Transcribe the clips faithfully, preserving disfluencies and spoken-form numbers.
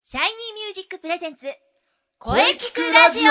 シャイニーミュージックプレゼンツ声聞くラジオ。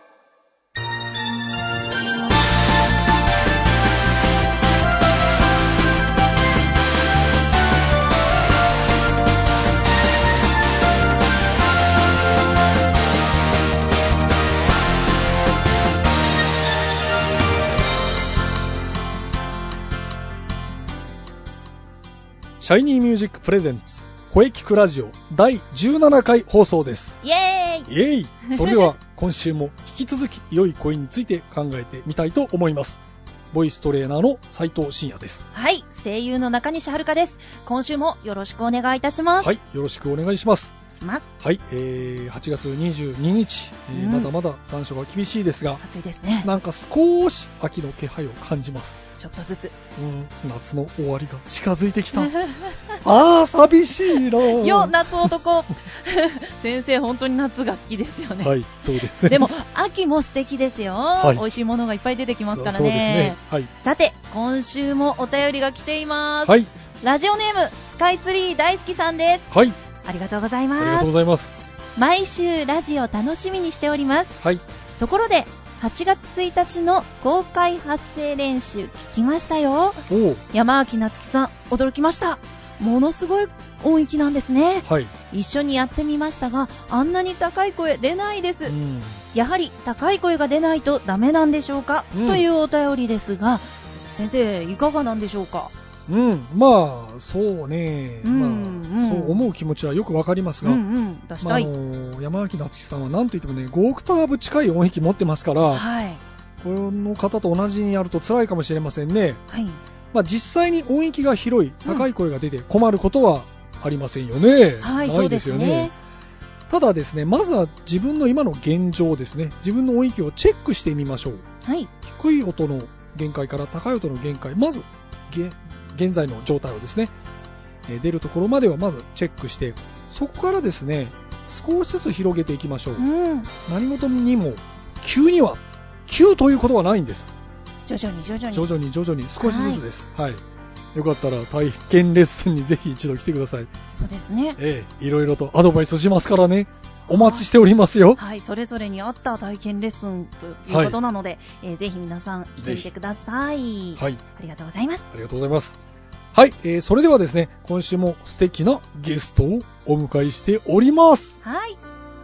シャイニーミュージックプレゼンツ声聞くラジオだいじゅうななかい放送です。 イエーイイエーイ。それでは今週も引き続き良い声について考えてみたいと思います。ボイストレーナーの斉藤真也です。 はい、声優の中西遥です。今週もよろしくお願いいたします。 はい、よろしくお願いします。 しますはい、えー、はちがつにじゅうににち、えーうん、まだまだ残暑が厳しいですが、 暑いですね。 なんか少し秋の気配を感じます。 ちょっとずつ、 うん、夏の終わりが近づいてきた。あー寂しいなよ夏男先生本当に夏が好きですよね。 はい、そうですね。 でも秋も素敵ですよ、はい、美味しいものがいっぱい出てきますからね。 そうですね、はい、 さて今週もお便りが来ています、 はい、 ラジオネームスカイツリー大好きさんです。 はい、 ありがとうございます。 ありがとうございます。 毎週ラジオ楽しみにしております、 はい、 ところではちがつついたちの公開発声練習聞きましたよ。 お山脇夏樹さん驚きました。ものすごい音域なんですね、 はい、 一緒にやってみましたがあんなに高い声出ないです、うん、やはり高い声が出ないとダメなんでしょうか、うん、というお便りですが先生いかがなんでしょうか。 うん、まあそうね、 うんまあうん、 そう思う気持ちはよくわかりますが、 うんうん、出したい、 まあ、あの山脇夏樹さんは何といってもねごオクターブ近い音域持ってますから、 はい、 この方と同じにやると辛いかもしれませんね、 はい、 まあ、実際に音域が広い高い声が出て困ることはありませんよね、 うん、はい、 ないですよね。 そうですね。 ただですね、まずは自分の今の現状ですね、自分の音域をチェックしてみましょう、 はい、 低い音の限界から高い音の限界、まず現在の状態をですね、出るところまではまずチェックして、そこからですね少しずつ広げていきましょう、 うん、 何事にも急には急ということはないんです。 徐々に徐々に徐々に徐々に少しずつです、はいはい、よかったら体験レッスンにぜひ一度来てください。 そうですね、 ええ、いろいろとアドバイスしますからね、お待ちしておりますよ。 はい、それぞれに合った体験レッスンということなので、はい、えー、ぜひ皆さん来てみてください。はい、ありがとうございます。 ありがとうございます。はい、えー、それではですね今週も素敵なゲストをお迎えしております。 はい、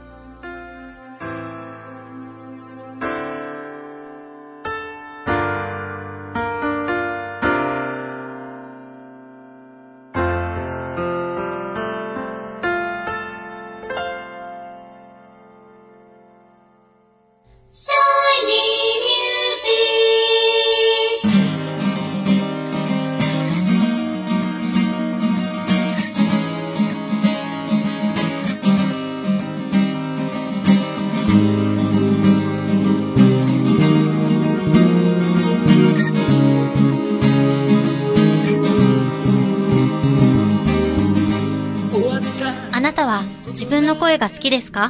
あなたは自分の声が好きですか？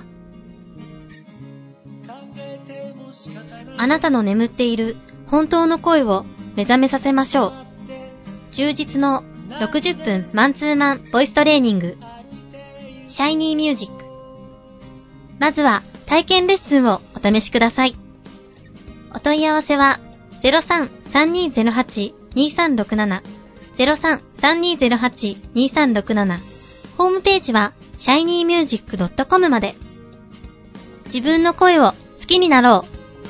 あなたの眠っている本当の声を目覚めさせましょう。充実のろくじゅっぷんマンツーマンボイストレーニング、シャイニーミュージック。まずは体験レッスンをお試しください。お問い合わせは ゼロさん さんにーゼロはち にーさんろくなな ゼロさん さんにーゼロはち にーさんろくなな、ホームページは シャイニーミュージックドットコム まで。自分の声を好きになろう。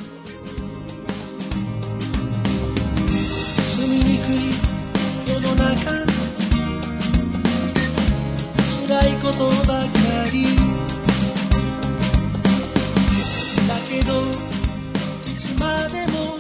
住みにくい世の中、辛いことばかりだけどいつまでも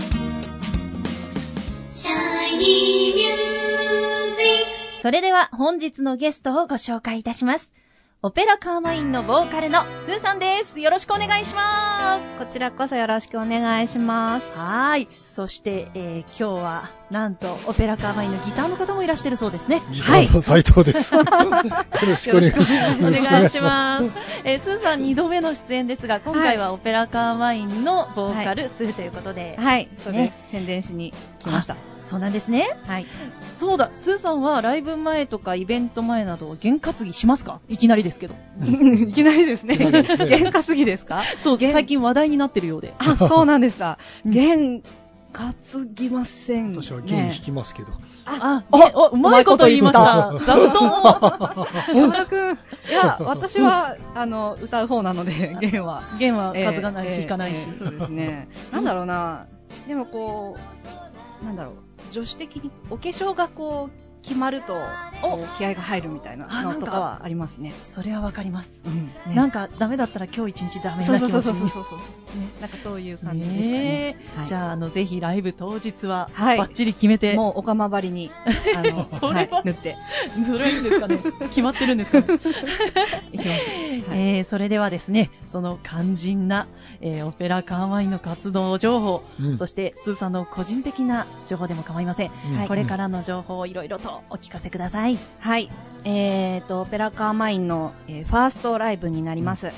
シャイニーミュージック。 それでは本日のゲストをご紹介いたします。オペラカーマインのボーカルのスーさんです。よろしくお願いします。 こちらこそよろしくお願いします。 はい。そして、えー、今日はなんとオペラカーマインのギターの方もいらしてるそうですね。 ギターの斉藤です。はい、よろしくお願いします。 よろしくお願いします。えー、スーさんにどめの出演ですが、今回はオペラカーマインのボーカル、はい、スーということで。 はい、そうです。ね、宣伝しに来ました。 そうなんですね。はい。そうだ、スーさんはライブ前とかイベント前など験担ぎしますか？いきなりですけど。 いきなりですね。験担ぎですか？ そう、最近話題になってるようで。 あ、そうなんですか。験担ぎませんね。 私は弦弾きますけど。 あ、あ、うまいこと言いました。座布団を。 山田くん。いや、私は、あの、歌う方なので、弦は。 弦は担がないし、弾かないし。 そうですね。なんだろうな。でもこう、なんだろう。女子的にお化粧がこう、決まると気合が入るみたいなのとかはありますね。 それはわかります、 うんね、なんかダメだったら今日一日ダメな気持ちに。 そうそうそうそうそう、ね、なんかそういう感じですかね。 はい、じゃあ、あのぜひライブ当日はバッチリ決めて、 はい、もうおかまばりにあのそれは、 はい、塗ってそれはいいんですかね。決まってるんですかね。 いきます、はい、 えー、それではですね、その肝心な、えー、オペラカーマインの活動情報、うん、そしてスーさんの個人的な情報でも構いません、うん、これからの情報をいろいろとお聞かせください。 はい、えーと、オペラカーマインの、えー、ファーストライブになります。 はい。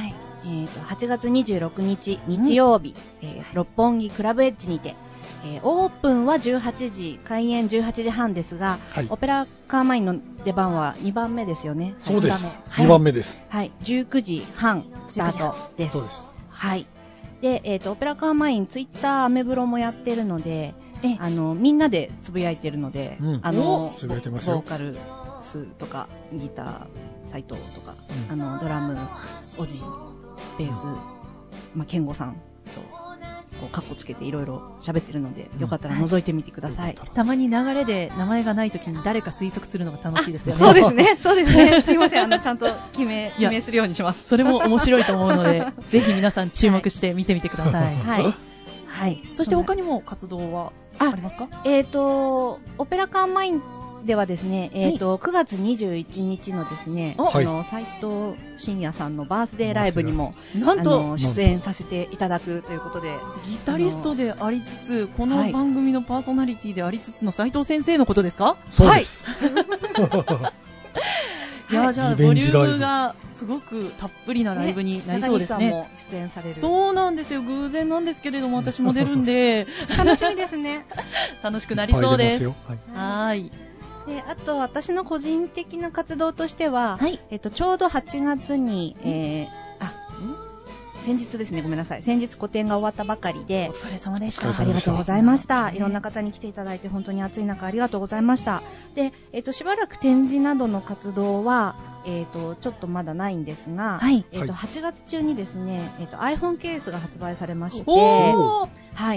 えーと、はちがつにじゅうろくにち日曜日、うん、えー、六本木クラブエッジにて、えー、オープンはじゅうはちじ、開演じゅうはちじはんですが、はい、オペラカーマインの出番はにばんめですよね。 そうです。にばんめです。 はい。じゅうくじはんスタートです。 そうです。 はい。で、えーと、オペラカーマインツイッターアメブロもやってるので、えあのみんなでつぶやいてるので、うん、あのつぶやいてますよ。 ボーカルスとかギター斉藤とか、うん、あのドラムおじベース、うん、まあ、健吾さんとこうカッコつけていろいろ喋ってるので、うん、よかったら覗いてみてください。はい、 たまに流れで名前がないときに誰か推測するのが楽しいですよね。 そうですね、そうですね。すいません、あのちゃんと決め決めするようにします。 それも面白いと思うので、ぜひ皆さん注目して見てみてください。 はい。はい。 そして他にも活動はありますか？ えっ、ー、と、オペラカーマインではですね、えっ、ー、と、はい、くがつにじゅういちにちのですね、あの、斉藤慎也さんのバースデーライブにも、なんと、あの、出演させていただくということで。 ギタリストでありつつ、この番組のパーソナリティでありつつの斉藤先生のことですか？ そうです。 はいいや、じゃあボリュームがすごくたっぷりなライブになりそうですね。 中西さんも出演される。 そうなんですよ。偶然なんですけれども、私も出るんで楽しみですね。 楽しくなりそうです。 はい、 はい。 で、あと私の個人的な活動としては、はい、えっとちょうどはちがつに、えー、あ、ん先日ですね、ごめんなさい。先日個展が終わったばかりで、 お疲れ様でした。 ありがとうございました。いろんな方に来ていただいて本当に暑い中ありがとうございました。で、えっとしばらく展示などの活動はえっとちょっとまだないんですが、はい、えっとはちがつ中にですね、えっと iPhone ケースが発売されまして、はい、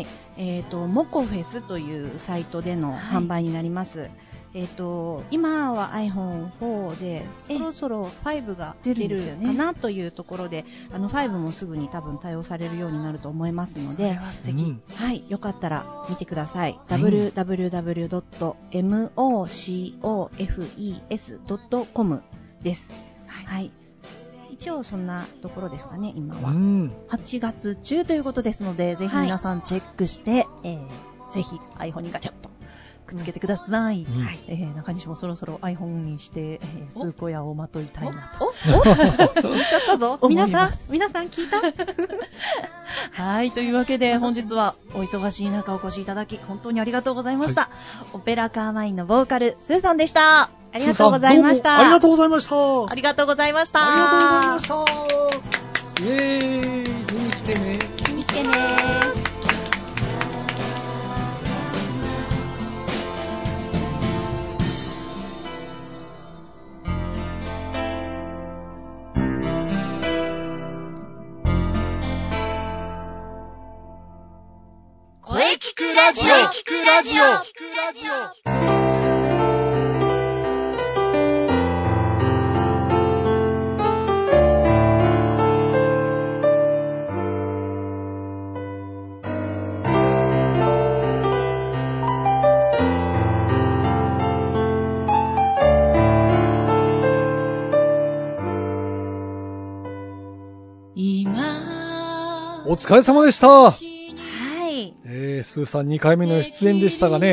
えっとモコフェスというサイトでの販売になります。はい、えっと、今は アイフォンフォー で、そろそろファイブが出るかなというところで、あのファイブもすぐに多分対応されるようになると思いますので、 素敵。 はい、よかったら見てください。ダブリューダブリューダブリュードットモコフェスドットコム です。はい。はい、一応そんなところですかね、今は。 はちがつ中ということですので、ぜひ皆さんチェックして、はい、えー、ぜひ iPhone にガチャッとくっつけてください。うん、はい、えー、中西もそろそろ iPhone にして、えー、スーコヤをまといたいなと。 おお聞いちゃったぞ。皆さん、皆さん聞いたはい、というわけで本日はお忙しい中お越しいただき本当にありがとうございました。はい、オペラカーマインのボーカル、スーさんでした。 ありがとうございました。 ありがとうございました。 ありがとうございました。 ありがとうございました。イエーイ、見に来てね。 見に来てね。 声聞くラジオ聞くラジオ聞くラジオお疲れ様でした。 はい。 えー、スーさんにかいめの出演でしたがね、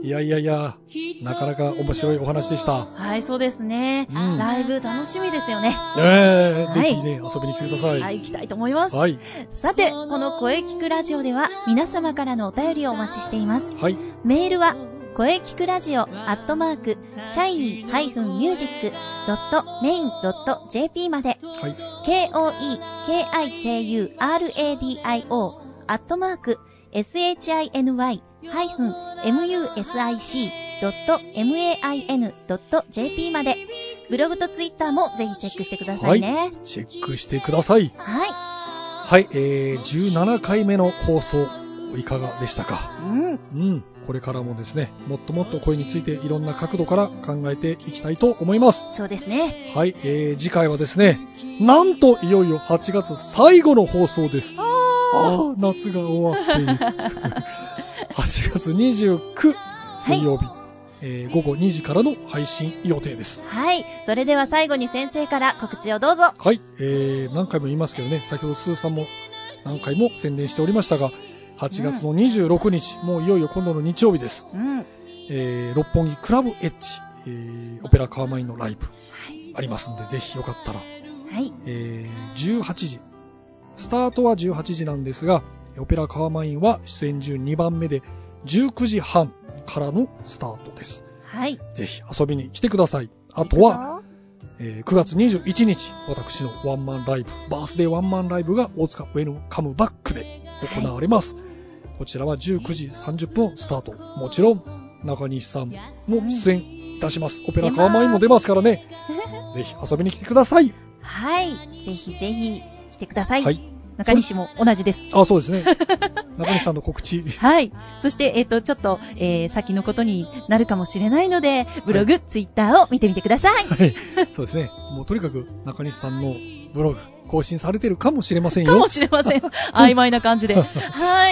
いやいやいや、なかなか面白いお話でした。 はい、そうですね。うん、ライブ楽しみですよね。 えー、はい、ぜひね、遊びに来てください。 はい、行きたいと思います。 はい。 さて、この声聞くラジオでは皆様からのお便りをお待ちしています。 はい。 メールは、声聞くラジオアットマークシャイニー -ミュージック ドットメイン ドット ジェーピー まで、 はい、 ケーオーイーケーアイケーユーアールエーディーアイオー アットマーク シャイニー -ミュージック ドットメイン ドット ジェーピー まで、ブログとツイッターもぜひチェックしてくださいね。はい、 チェックしてください。 はい。 はい、えー、じゅうななかいめの放送いかがでしたか？ うん。 うん。これからもですね、もっともっと声についていろんな角度から考えていきたいと思います。 そうですね。 はい、えー、次回はですね、なんといよいよはちがつ最後の放送です。 ああ、夏が終わっている。はちがつにじゅうくにち水曜日、はい、えー、ごごにじからの配信予定です。 はい、それでは最後に先生から告知をどうぞ。 はい、えー、何回も言いますけどね、先ほどスーさんも何回も宣伝しておりましたが、はちがつのにじゅうろくにち、うん、もういよいよ今度の日曜日です。 うん、 えー、六本木クラブエッジ、えー、オペラカーマインのライブ、はい、ありますんで、ぜひよかったら、 はい、 えー、じゅうはちじ、スタートはじゅうはちじなんですが、オペラカーマインは出演順にばんめでじゅうくじはんからのスタートです。 はい。 ぜひ遊びに来てください。あとは、えー、くがつにじゅういちにち、私のワンマンライブ、バースデーワンマンライブが大塚ウェルカムバックで行われます。はい、こちらはじゅうくじさんじゅっぷんスタート。もちろん、中西さんも出演いたします。うん、オペラカーマインも出ますからね。ぜひ遊びに来てください。 はい。ぜひぜひ来てください。 はい。 中西も同じです。 あ、そうですね。中西さんの告知。 はい。そして、えっと、ちょっと、えー、先のことになるかもしれないので、ブログ、はい、ツイッターを見てみてください。 はい。そうですね。もうとにかく中西さんのブログ、更新されてるかもしれませんよ。 かもしれません。曖昧な感じで。はい。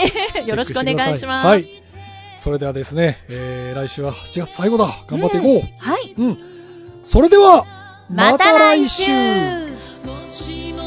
よろしくお願いします。 はい。それではですね、えー、来週ははちがつ最後だ。頑張っていこう。うん、 はい。 うん。それでは、 また来週。